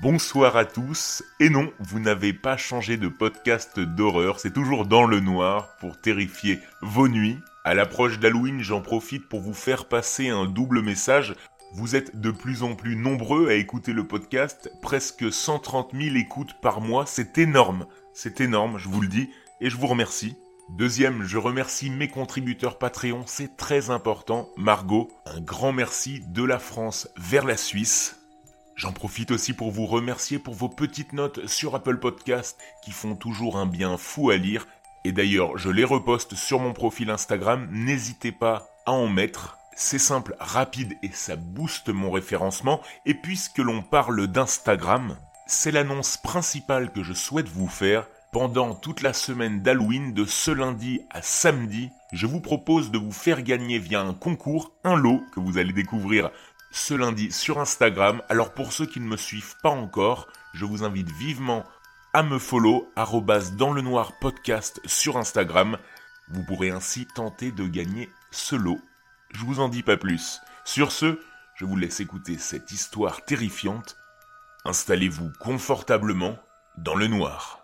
Bonsoir à tous, et non, vous n'avez pas changé de podcast d'horreur, c'est toujours dans le noir pour terrifier vos nuits. À l'approche d'Halloween, j'en profite pour vous faire passer un double message. Vous êtes de plus en plus nombreux à écouter le podcast, presque 130 000 écoutes par mois, c'est énorme, je vous le dis, et je vous remercie. Deuxième, je remercie mes contributeurs Patreon, c'est très important. Margot, un grand merci de la France vers la Suisse. J'en profite aussi pour vous remercier pour vos petites notes sur Apple Podcast qui font toujours un bien fou à lire. Et d'ailleurs, je les reposte sur mon profil Instagram, n'hésitez pas à en mettre. C'est simple, rapide et ça booste mon référencement. Et puisque l'on parle d'Instagram, c'est l'annonce principale que je souhaite vous faire. Pendant toute la semaine d'Halloween, de ce lundi à samedi, je vous propose de vous faire gagner via un concours, un lot que vous allez découvrir ce lundi sur Instagram. Alors pour ceux qui ne me suivent pas encore, je vous invite vivement à me follow @danslenoirpodcast sur Instagram. Vous pourrez ainsi tenter de gagner ce lot. Je vous en dis pas plus. Sur ce, je vous laisse écouter cette histoire terrifiante. Installez-vous confortablement dans le noir.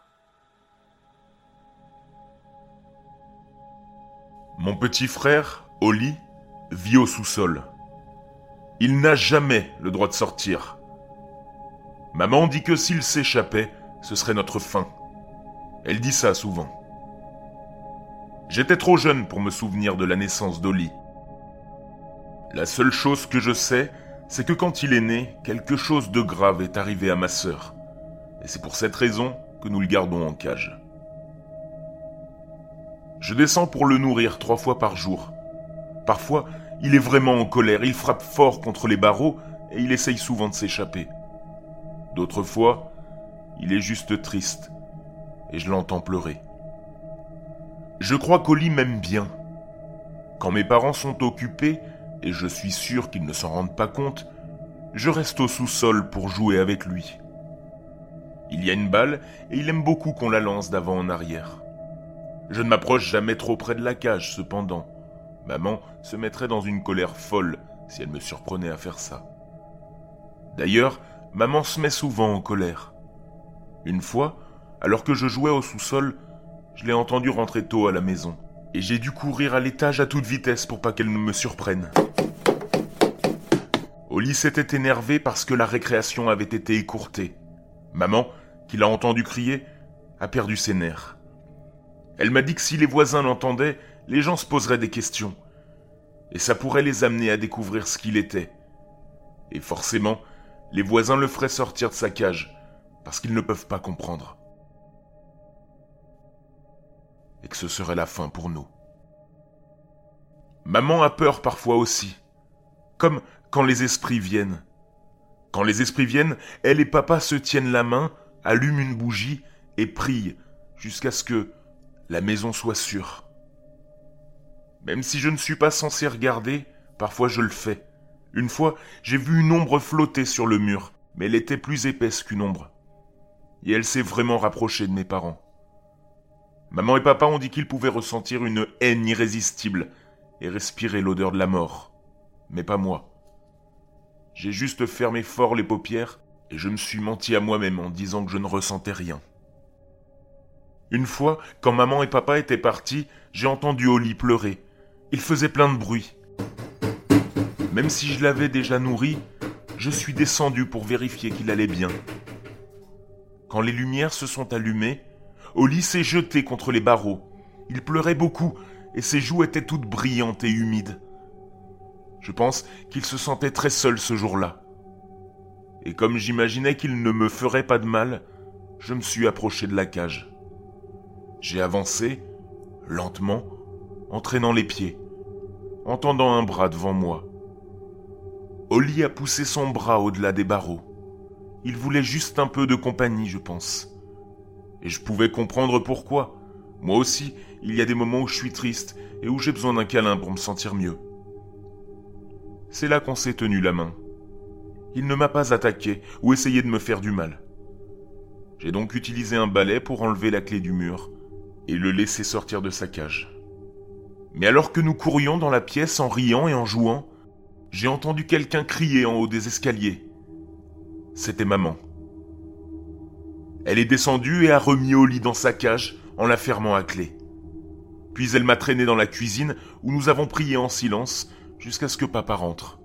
Mon petit frère, Oli, vit au sous-sol. Il n'a jamais le droit de sortir. Maman dit que s'il s'échappait, ce serait notre fin. Elle dit ça souvent. J'étais trop jeune pour me souvenir de la naissance d'Oli. La seule chose que je sais, c'est que quand il est né, quelque chose de grave est arrivé à ma sœur. Et c'est pour cette raison que nous le gardons en cage. Je descends pour le nourrir 3 fois par jour. Parfois, il est vraiment en colère, il frappe fort contre les barreaux et il essaye souvent de s'échapper. D'autres fois, il est juste triste et je l'entends pleurer. Je crois qu'Oli m'aime bien. Quand mes parents sont occupés, et je suis sûr qu'ils ne s'en rendent pas compte, je reste au sous-sol pour jouer avec lui. Il y a une balle et il aime beaucoup qu'on la lance d'avant en arrière. Je ne m'approche jamais trop près de la cage, cependant. Maman se mettrait dans une colère folle si elle me surprenait à faire ça. D'ailleurs, maman se met souvent en colère. Une fois, alors que je jouais au sous-sol, je l'ai entendue rentrer tôt à la maison. Et j'ai dû courir à l'étage à toute vitesse pour pas qu'elle ne me surprenne. Oli s'était énervé parce que la récréation avait été écourtée. Maman, qui l'a entendu crier, a perdu ses nerfs. Elle m'a dit que si les voisins l'entendaient, les gens se poseraient des questions. Et ça pourrait les amener à découvrir ce qu'il était. Et forcément, les voisins le feraient sortir de sa cage, parce qu'ils ne peuvent pas comprendre. Et que ce serait la fin pour nous. Maman a peur parfois aussi. Comme quand les esprits viennent. Quand les esprits viennent, elle et papa se tiennent la main, allument une bougie et prient jusqu'à ce que la maison soit sûre. Même si je ne suis pas censé regarder, parfois je le fais. Une fois, j'ai vu une ombre flotter sur le mur, mais elle était plus épaisse qu'une ombre. Et elle s'est vraiment rapprochée de mes parents. Maman et papa ont dit qu'ils pouvaient ressentir une haine irrésistible et respirer l'odeur de la mort. Mais pas moi. J'ai juste fermé fort les paupières et je me suis menti à moi-même en disant que je ne ressentais rien. Une fois, quand maman et papa étaient partis, j'ai entendu Oli pleurer. Il faisait plein de bruit. Même si je l'avais déjà nourri, je suis descendu pour vérifier qu'il allait bien. Quand les lumières se sont allumées, Oli s'est jeté contre les barreaux. Il pleurait beaucoup et ses joues étaient toutes brillantes et humides. Je pense qu'il se sentait très seul ce jour-là. Et comme j'imaginais qu'il ne me ferait pas de mal, je me suis approché de la cage. J'ai avancé, lentement, en traînant les pieds, en tendant un bras devant moi. Oli a poussé son bras au-delà des barreaux. Il voulait juste un peu de compagnie, je pense. Et je pouvais comprendre pourquoi. Moi aussi, il y a des moments où je suis triste et où j'ai besoin d'un câlin pour me sentir mieux. C'est là qu'on s'est tenu la main. Il ne m'a pas attaqué ou essayé de me faire du mal. J'ai donc utilisé un balai pour enlever la clé du mur et le laisser sortir de sa cage. Mais alors que nous courions dans la pièce en riant et en jouant, j'ai entendu quelqu'un crier en haut des escaliers. C'était maman. Elle est descendue et a remis au lit dans sa cage en la fermant à clé. Puis elle m'a traîné dans la cuisine où nous avons prié en silence jusqu'à ce que papa rentre.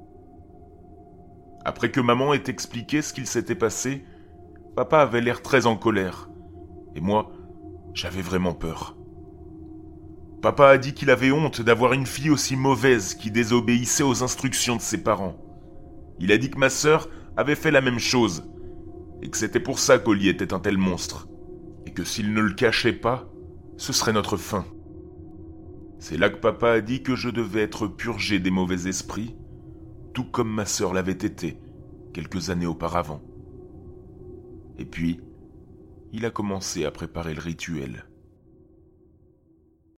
Après que maman ait expliqué ce qu'il s'était passé, papa avait l'air très en colère. Et moi, j'avais vraiment peur. Papa a dit qu'il avait honte d'avoir une fille aussi mauvaise qui désobéissait aux instructions de ses parents. Il a dit que ma sœur avait fait la même chose, et que c'était pour ça qu'Oli était un tel monstre, et que s'il ne le cachait pas, ce serait notre fin. C'est là que papa a dit que je devais être purgé des mauvais esprits, tout comme ma sœur l'avait été quelques années auparavant. Et puis, il a commencé à préparer le rituel.